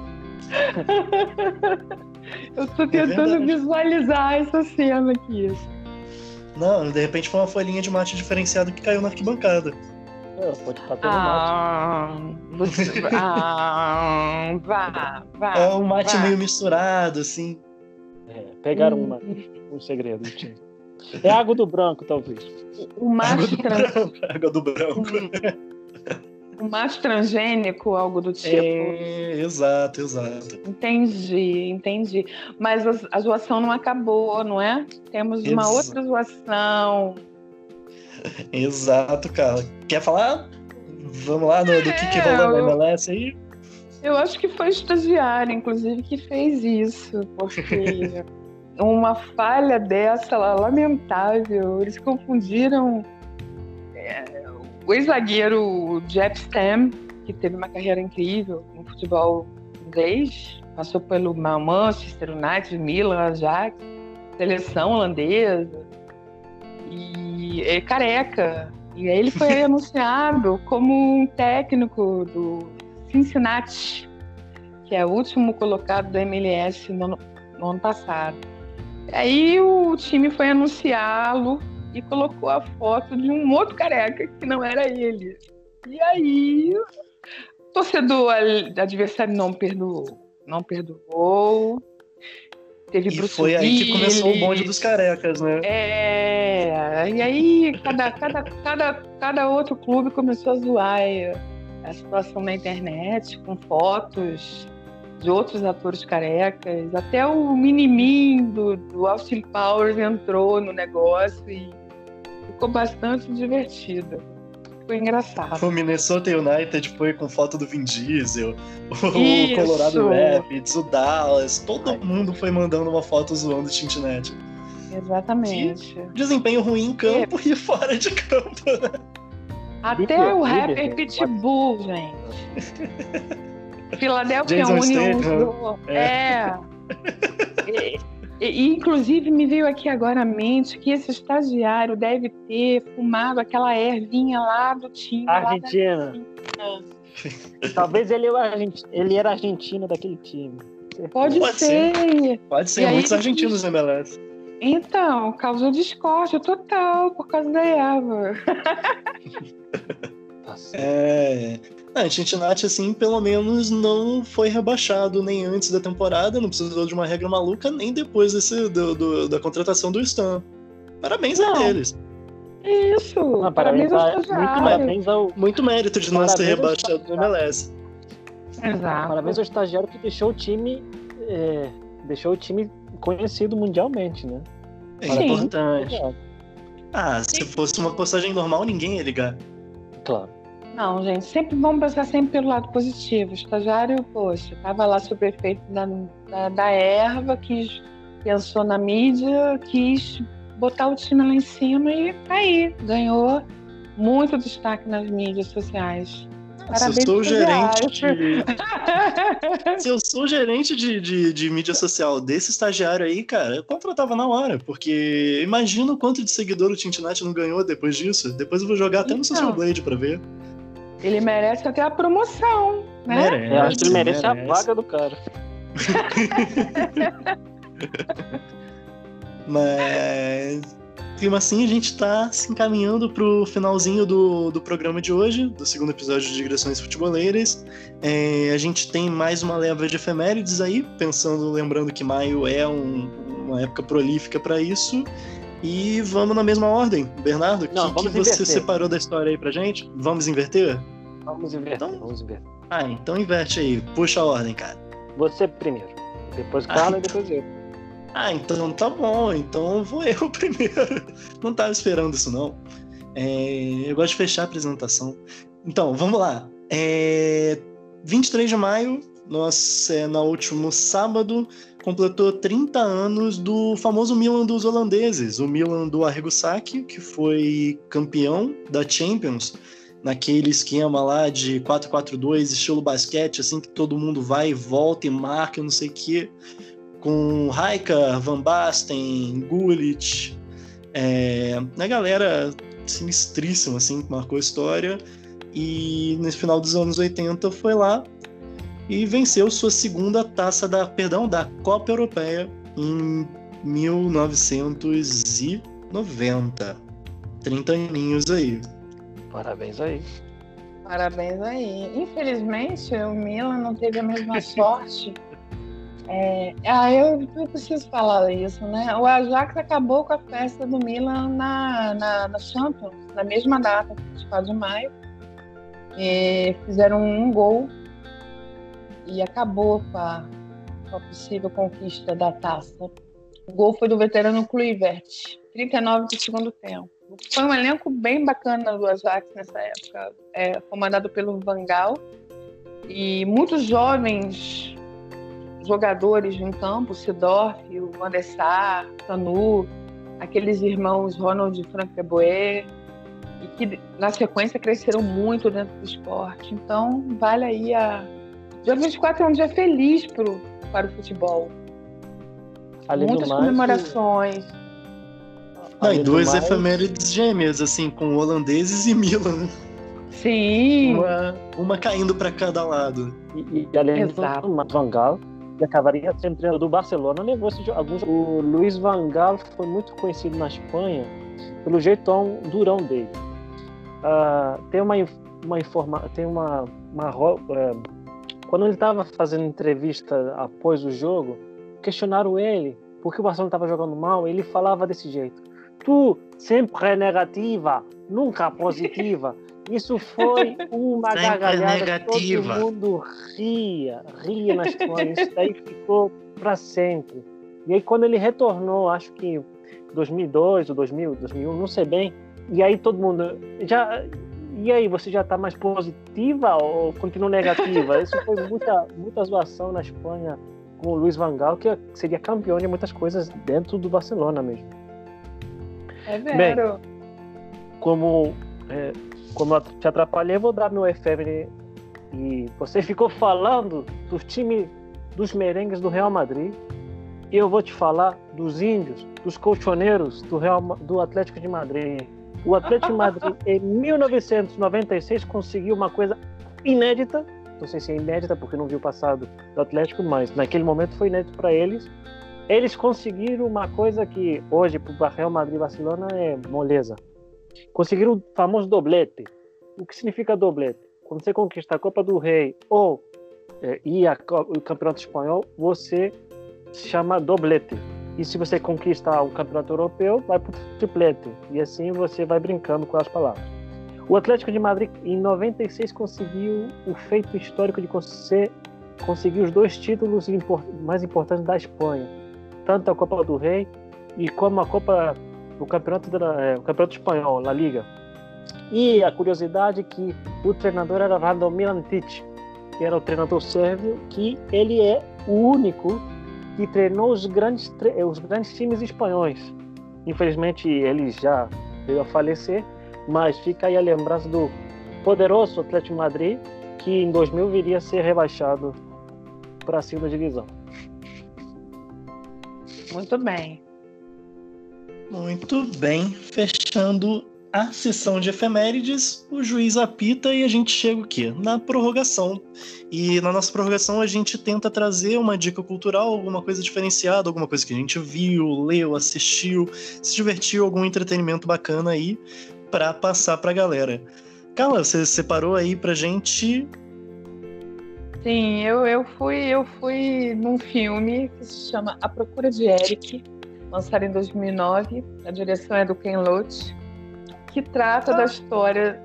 Eu tô tentando verdade. visualizar essa cena aqui. Não, de repente foi uma folhinha de mate diferenciado que caiu na arquibancada. "É, pode estar tendo mate. Ah, você... ah, vá, vá. É um mate vá. meio misturado, assim. É, pegaram Hum. uma, um segredo do time. É água do branco, talvez. O mate, Água do trans... branco, água do branco. o mate transgênico, algo do tipo. É, exato, exato. Entendi, entendi. Mas a, a zoação não acabou, não é? Temos uma Ex- outra zoação. Exato, cara. Quer falar? Vamos lá no, do que, que É, rolou na eu- M L S aí? Eu acho que foi o estagiário, inclusive, que fez isso, porque uma falha dessa, lá, lamentável, eles confundiram é, o ex-zagueiro Jeff Stam, que teve uma carreira incrível no futebol inglês, passou pelo Manchester United, Milan, Ajax, seleção holandesa, e é careca. E aí ele foi anunciado como um técnico do Cincinnati, que é o último colocado da M L S no ano, no ano passado. Aí o time foi anunciá-lo e colocou a foto de um outro careca que não era ele. E aí o torcedor adversário não perdoou. Não perdoou. Teve E Bruce foi aí que começou o bonde Willis. dos carecas, né? É, e aí cada, cada, cada, cada outro clube começou a zoar a situação na internet, com fotos de outros atores carecas. Até o Minimin do, do Austin Powers entrou no negócio e ficou bastante divertido. Foi engraçado. O Minnesota United foi com foto do Vin Diesel, o Isso. Colorado Rapids, o Dallas, todo mundo foi mandando uma foto zoando o Cincinnati. Exatamente. Desempenho ruim em campo e fora de campo, né? Até Líder, o líder, rapper né? Pitbull, gente. Philadelphia Jason Union Statham. usou. É. E, e, inclusive, me veio aqui agora à mente que esse estagiário deve ter fumado aquela ervinha lá do time. Argentina. Lá da... Talvez ele, ele era argentino daquele time. Pode, Pode ser. ser. Pode ser, E muitos aí, argentinos na M L S. Então, causou discórdia total por causa da erva. É... A Cincinnati, assim, pelo menos não foi rebaixado nem antes da temporada, não precisou de uma regra maluca, nem depois desse, do, do, da contratação do Stan. Parabéns Não. a eles. Isso, Não, parabéns, parabéns, aos muito estagiários. parabéns ao, Muito mérito de não ser Parabéns aos rebaixado do M L S. Exato. parabéns ao estagiário que deixou o time é, deixou o time conhecido mundialmente, né? É Sim. importante. Ah, se fosse uma postagem normal, ninguém ia ligar. Claro. Não, gente, sempre vamos pensar sempre pelo lado positivo. O estagiário, poxa, estava lá sob o efeito da, da, da erva, quis, pensou na mídia, quis botar o time lá em cima e tá aí, ganhou muito destaque nas mídias sociais. Se eu sou gerente estagiário. de... Se eu sou gerente de, de, de mídia social desse estagiário aí, cara, eu contratava na hora, porque imagina o quanto de seguidor o Cincinnati não ganhou depois disso. Depois eu vou jogar até no Então. Social Blade pra ver. Ele merece até a promoção, né? Merece, Eu acho que ele merece, merece. a vaga do cara. Mas... Clima assim, a gente tá se encaminhando pro finalzinho do, do programa de hoje, do segundo episódio de Digressões Futeboleiras. É, a gente tem mais uma leva de efemérides aí, pensando, lembrando que maio é um, uma época prolífica para isso. E vamos na mesma ordem. Bernardo, o que, Não, que vamos você inverter. separou da história aí pra gente? Vamos inverter? Vamos inverter, Então- vamos inverter. Ah, então inverte aí. Puxa a ordem, cara. Você primeiro, depois Carla e depois eu. Ah, então tá bom, então vou eu primeiro. Não tava esperando isso, não. É, eu gosto de fechar a apresentação. Então, vamos lá. É, vinte e três de maio, nossa, é, no último sábado, completou trinta anos do famoso Milan dos holandeses, o Milan do Arrigo Sacchi, que foi campeão da Champions, naquele esquema lá de quatro quatro dois, estilo basquete, assim, que todo mundo vai e volta e marca, não sei o quê. Com Rijkaard, Van Basten, Gullit, é, a galera sinistríssima, assim, que marcou a história, e no final dos anos oitenta foi lá e venceu sua segunda taça da, perdão, da Copa Europeia em mil novecentos e noventa. trinta aninhos aí. Parabéns aí. Parabéns aí. Infelizmente, o Milan não teve a mesma sorte. É, ah, eu, eu preciso falar isso, né? O Ajax acabou com a festa do Milan na, na, na Champions, na mesma data, vinte e quatro de maio. E fizeram um gol e acabou com a, com a possível conquista da taça. O gol foi do veterano Kluivert, trinta e nove do segundo tempo. Foi um elenco bem bacana do Ajax nessa época, é, comandado pelo Van Gaal, e muitos jovens jogadores em campo, Seedorf, o Van der Sar, Canu, aqueles irmãos Ronald e Frank de Boer, e que na sequência cresceram muito dentro do esporte. Então vale aí a... Dia vinte e quatro é um dia feliz pro, para o futebol. Além Muitas do mais, comemorações. Não, e além do duas mais, efemérides gêmeas, assim, com holandeses e Milan. Sim. Uma, uma caindo para cada lado. E, e além Exato. do mais, Van Gaal, que acabaria sendo treinador do Barcelona, levou esse jogo. Alguns... O Luís Van Gaal foi muito conhecido na Espanha pelo jeitão durão dele. Uh, tem uma, uma informação, tem uma, uma uh, quando ele estava fazendo entrevista após o jogo, questionaram ele porque o Barcelona estava jogando mal. Ele falava desse jeito: tu sempre é negativa, nunca positiva. Isso foi uma Sempre gargalhada negativa. que todo mundo ria, ria na Espanha. Isso daí ficou para sempre. E aí quando ele retornou, acho que dois mil e dois ou dois mil, dois mil e um, não sei bem, e aí todo mundo já... E aí, você já está mais positiva ou continua negativa? Isso foi muita, muita zoação na Espanha com o Luís Van Gaal, que seria campeão de muitas coisas dentro do Barcelona mesmo. É vero. Como, é, como eu te atrapalhei, eu vou dar meu efêmero E você ficou falando do time dos merengues do Real Madrid. E eu vou te falar dos índios, dos colchoneiros do, Real, do Atlético de Madrid. O Atlético de Madrid, em mil novecentos e noventa e seis, conseguiu uma coisa inédita. Não sei se é inédita, porque não vi o passado do Atlético, mas naquele momento foi inédito para eles. Eles conseguiram uma coisa que hoje, para o Real Madrid e Barcelona, é moleza. Conseguiram o famoso doblete. O que significa doblete? Quando você conquista a Copa do Rei ou é, e a, o Campeonato Espanhol, você se chama doblete. E se você conquista o Campeonato Europeu, vai para o triplete. E assim você vai brincando com as palavras. O Atlético de Madrid, em noventa e seis, conseguiu o feito histórico de conseguir, conseguir os dois títulos import, mais importantes da Espanha. Tanto a Copa do Rei e como a Copa, o Campeonato, da, é, o Campeonato Espanhol, La Liga. E a curiosidade é que o treinador era Radomir Antic, que era o treinador sérvio, que ele é o único que treinou os grandes, os grandes times espanhóis. Infelizmente, ele já veio a falecer, mas fica aí a lembrança do poderoso Atlético de Madrid, que em dois mil viria a ser rebaixado para a segunda divisão. Muito bem. Muito bem. Fechando a sessão de efemérides, o juiz apita e a gente chega aqui na prorrogação. E na nossa prorrogação a gente tenta trazer uma dica cultural, alguma coisa diferenciada, alguma coisa que a gente viu, leu, assistiu, se divertiu, algum entretenimento bacana aí para passar pra galera. Carla, você separou aí pra gente? Sim, eu, eu, fui, eu fui num filme que se chama A Procura de Eric, lançado em dois mil e nove. A direção é do Ken Loach, que trata da história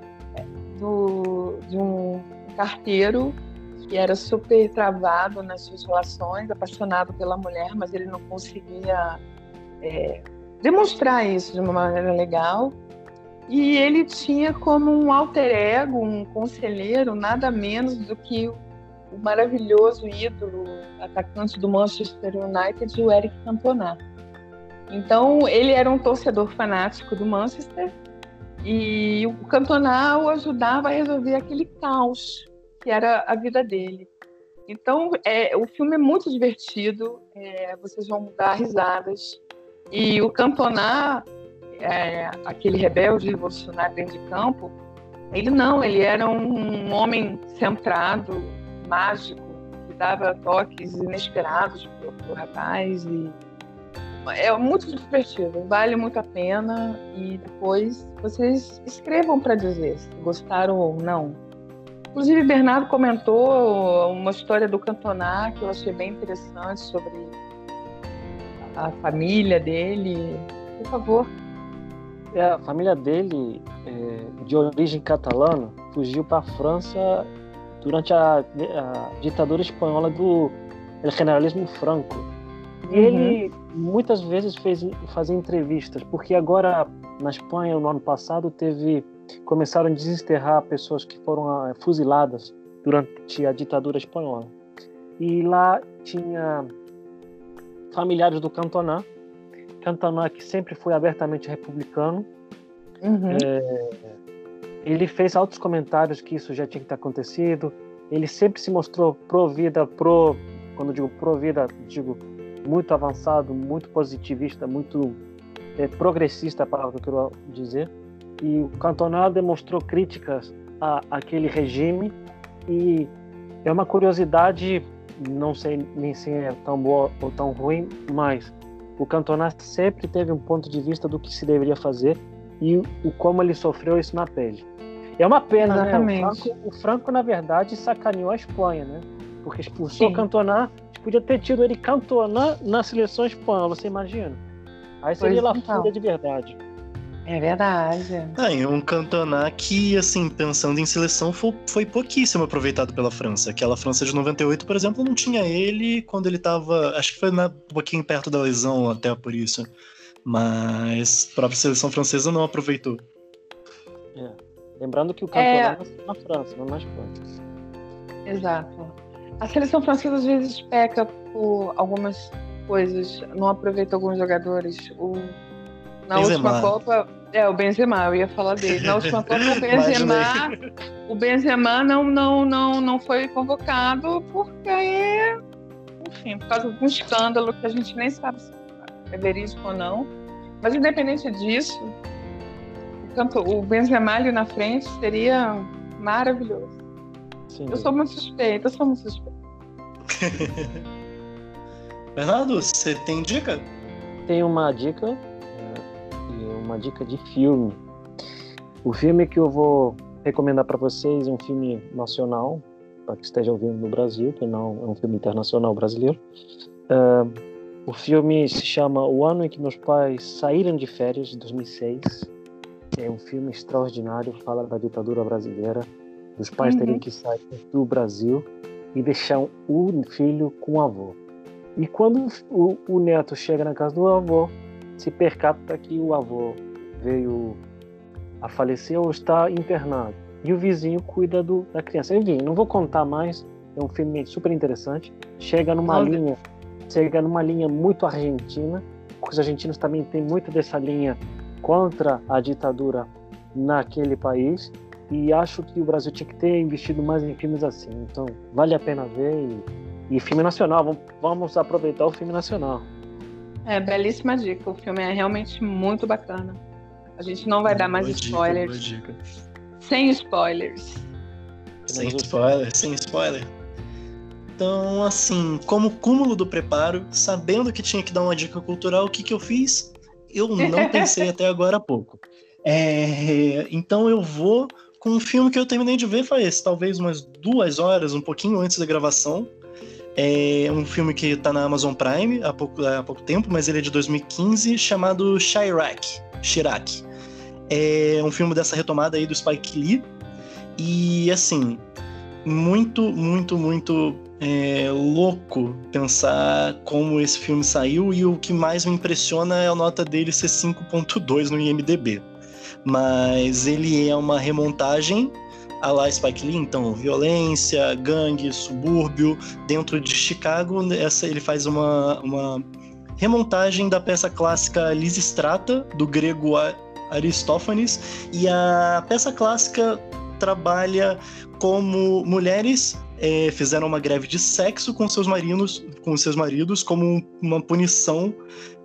do, de um carteiro que era super travado nas suas relações, apaixonado pela mulher, mas ele não conseguia é, demonstrar isso de uma maneira legal. E ele tinha como um alter ego, um conselheiro, nada menos do que o maravilhoso ídolo, atacante do Manchester United, o Eric Cantona. Então, ele era um torcedor fanático do Manchester e o Cantona o ajudava a resolver aquele caos que era a vida dele. Então, é, o filme é muito divertido, é, vocês vão dar risadas. E o Cantona, é, aquele rebelde revolucionário dentro de campo, ele não, ele era um, um homem centrado, mágico, que dava toques inesperados para o rapaz. E é muito divertido, vale muito a pena. E depois vocês escrevam para dizer se gostaram ou não. Inclusive, Bernardo comentou uma história do Cantona que eu achei bem interessante sobre a família dele. Por favor. É, a família dele, é, de origem catalana, fugiu para a França durante a, a ditadura espanhola do generalismo Franco. E uhum. ele muitas vezes fez, fazia entrevistas, porque agora na Espanha, no ano passado, teve, começaram a desenterrar pessoas que foram uh, fuziladas durante a ditadura espanhola. E lá tinha familiares do Cantona, Cantona que sempre foi abertamente republicano. Uhum. É, ele fez altos comentários que isso já tinha que ter acontecido. Ele sempre se mostrou pró-vida, pro, quando eu digo pró-vida, digo muito avançado, muito positivista, muito é, progressista, a palavra que eu quero dizer. E o Cantona demonstrou críticas a aquele regime. E é uma curiosidade, não sei nem se é tão boa ou tão ruim, mas o Cantona sempre teve um ponto de vista do que se deveria fazer e o como ele sofreu isso na pele. É uma pena, Exatamente. né? O Franco, o Franco, na verdade, sacaneou a Espanha, né? Porque expulsou o Cantona, podia ter tido ele Cantona na seleção espanhola, você imagina? Aí seria pois La então. Fúria de verdade. É verdade. Ah, e um Cantona que, assim, pensando em seleção, foi, foi pouquíssimo aproveitado pela França. Aquela França de noventa e oito, por exemplo, não tinha ele quando ele tava... Acho que foi na, um pouquinho perto da lesão, até por isso. Mas a própria seleção francesa não aproveitou. É. Lembrando que o Cantona é... nasceu na França, não na Espanha. Exato. A seleção francesa às vezes peca por algumas coisas, não aproveita alguns jogadores. O Na Benzema. última Copa, é o Benzema, eu ia falar dele. Na última Copa, o Benzema, o Benzema não, não, não, não foi convocado porque, enfim, por causa de um escândalo que a gente nem sabe se é verídico ou não. Mas independente disso, o, campo, o Benzema ali na frente seria maravilhoso. Sim. Eu sou muito suspeita, eu sou muito suspeita. Bernardo, você tem dica? Tem uma dica, é, e uma dica de filme. O filme que eu vou recomendar para vocês é um filme nacional, para que esteja ouvindo no Brasil, que não é um filme internacional brasileiro. Uh, o filme se chama O Ano em que Meus Pais Saíram de Férias, de dois mil e seis. É um filme extraordinário, fala da ditadura brasileira, dos pais uhum. terem que sair do Brasil e deixar o filho com o avô. E quando o, o neto chega na casa do avô, se percata que o avô veio a falecer ou está internado. E o vizinho cuida do, da criança. Enfim, não vou contar mais, é um filme super interessante. Chega numa Onde? linha, chega numa linha muito argentina, porque os argentinos também têm muito dessa linha contra a ditadura naquele país. E acho que o Brasil tinha que ter investido mais em filmes assim. Então, vale a pena ver. E, e filme nacional, vamos, vamos aproveitar o filme nacional. É, belíssima dica. O filme é realmente muito bacana. A gente não vai dar mais boa spoilers. Dica, boa dica. Sem spoilers. Sem spoiler, sem spoiler. Então, assim, como cúmulo do preparo, sabendo que tinha que dar uma dica cultural, o que, que eu fiz? Eu não pensei até agora há pouco. É, então eu vou com um filme que eu terminei de ver faz talvez umas duas horas, um pouquinho antes da gravação. É um filme que tá na Amazon Prime há pouco, há pouco tempo, mas ele é de dois mil e quinze, chamado Chi-Raq. Chi-Raq. É um filme dessa retomada aí do Spike Lee. E, assim, muito, muito, muito é, louco pensar como esse filme saiu, e o que mais me impressiona é a nota dele ser cinco ponto dois no I M D B. Mas ele é uma remontagem a la Spike Lee, então violência, gangue, subúrbio, dentro de Chicago. Essa, ele faz uma, uma remontagem da peça clássica Lisistrata, do grego Aristófanes, e a peça clássica trabalha como mulheres é, fizeram uma greve de sexo com seus maridos, com seus maridos como uma punição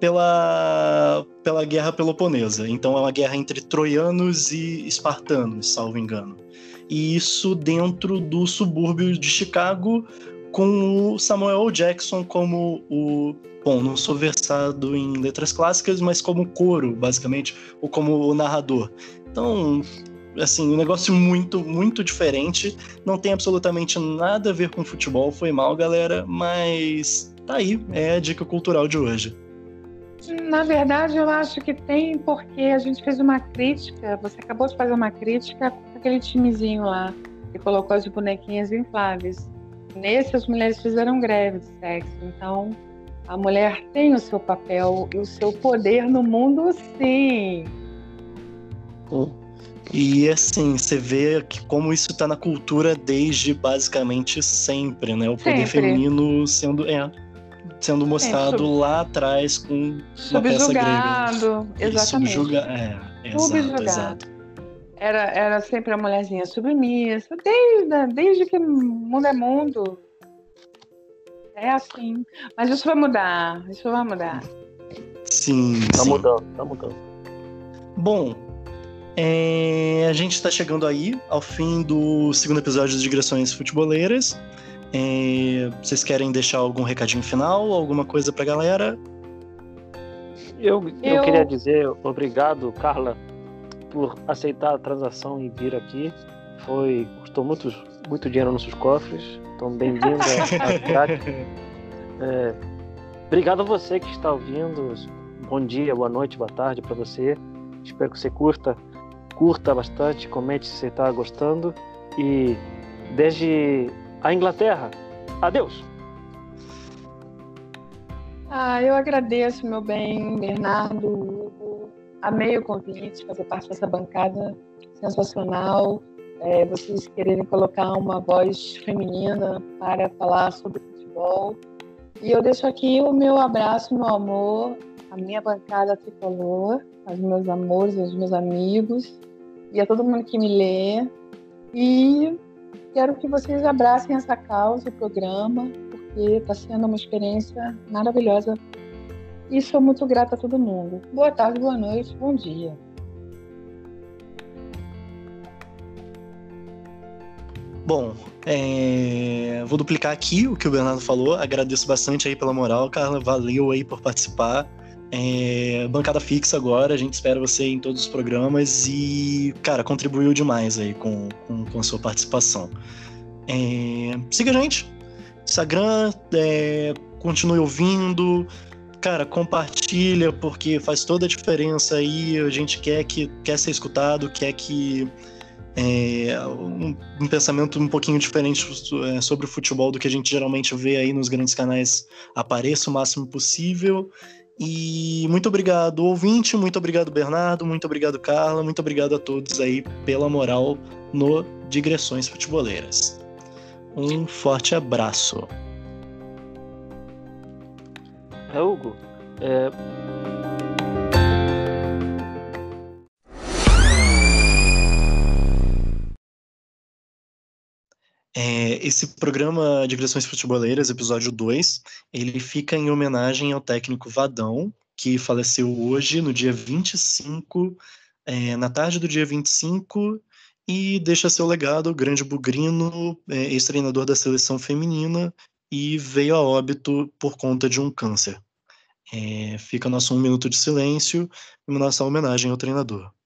pela, pela guerra peloponesa. Então é uma guerra entre troianos e espartanos, salvo engano. E isso dentro do subúrbio de Chicago, com o Samuel Jackson como o... Bom, não sou versado em letras clássicas, mas como coro, basicamente, ou como o narrador. Então, assim, um negócio muito, muito diferente. Não tem absolutamente nada a ver com futebol. Foi mal, galera, mas tá aí. É a dica cultural de hoje. Na verdade, eu acho que tem, porque a gente fez uma crítica. Você acabou de fazer uma crítica com aquele timezinho lá, que colocou as bonequinhas infláveis. Nesse, as mulheres fizeram greve de sexo. Então, a mulher tem o seu papel e o seu poder no mundo, sim. Hum. E assim, você vê que como isso tá na cultura desde basicamente sempre, né? O poder sempre. feminino sendo, é, sendo mostrado Sub... lá atrás com uma peça grega. Subjugado, exatamente. Subjuga... É, exato, Subjugado. exato. Era, era sempre a mulherzinha submissa, desde, desde que mundo é mundo. É assim. Mas isso vai mudar, isso vai mudar. Sim, Tá sim. mudando, tá mudando. Bom, é, a gente está chegando aí ao fim do segundo episódio de Digressões Futeboleiras. É, vocês querem deixar algum recadinho final, alguma coisa pra galera? Eu, eu... Eu... queria dizer obrigado, Carla, por aceitar a transação e vir aqui. Foi, custou muito, muito dinheiro nos nossos cofres. Então, bem-vinda à prática. É, obrigado a você que está ouvindo. Bom dia, boa noite, boa tarde para você. Espero que você curta, curta bastante, comente se você está gostando. E desde a Inglaterra, adeus! Ah, eu agradeço, meu bem, Bernardo, Hugo. Amei o convite, fazer parte dessa bancada sensacional. É, vocês quererem colocar uma voz feminina para falar sobre futebol. E eu deixo aqui o meu abraço, meu amor, a minha bancada tricolor, aos meus amores, aos meus amigos e a todo mundo que me lê. E quero que vocês abracem essa causa, o programa, porque está sendo uma experiência maravilhosa. E sou muito grata a todo mundo. Boa tarde, boa noite, bom dia. Bom, é... vou duplicar aqui o que o Bernardo falou. Agradeço bastante aí pela moral, Carla. Valeu aí por participar. É... Bancada fixa agora. A gente espera você em todos os programas. E, cara, contribuiu demais aí com, com, com a sua participação. É... Siga a gente. Instagram, é... continue ouvindo. Cara, compartilha, porque faz toda a diferença aí. A gente quer, que, quer ser escutado, quer que... É, um, um pensamento um pouquinho diferente é, sobre o futebol do que a gente geralmente vê aí nos grandes canais apareça o máximo possível. E muito obrigado, ouvinte, muito obrigado, Bernardo, muito obrigado, Carla, muito obrigado a todos aí pela moral no Digressões Futeboleiras. Um forte abraço. É, Hugo, é... É, esse programa Digressões Futeboleiras, episódio dois, ele fica em homenagem ao técnico Vadão, que faleceu hoje, no dia vinte e cinco, é, na tarde do dia vinte e cinco, e deixa seu legado, o grande bugrino, é, ex-treinador da seleção feminina, e veio a óbito por conta de um câncer. É, fica nosso um minuto de silêncio, em nossa homenagem ao treinador.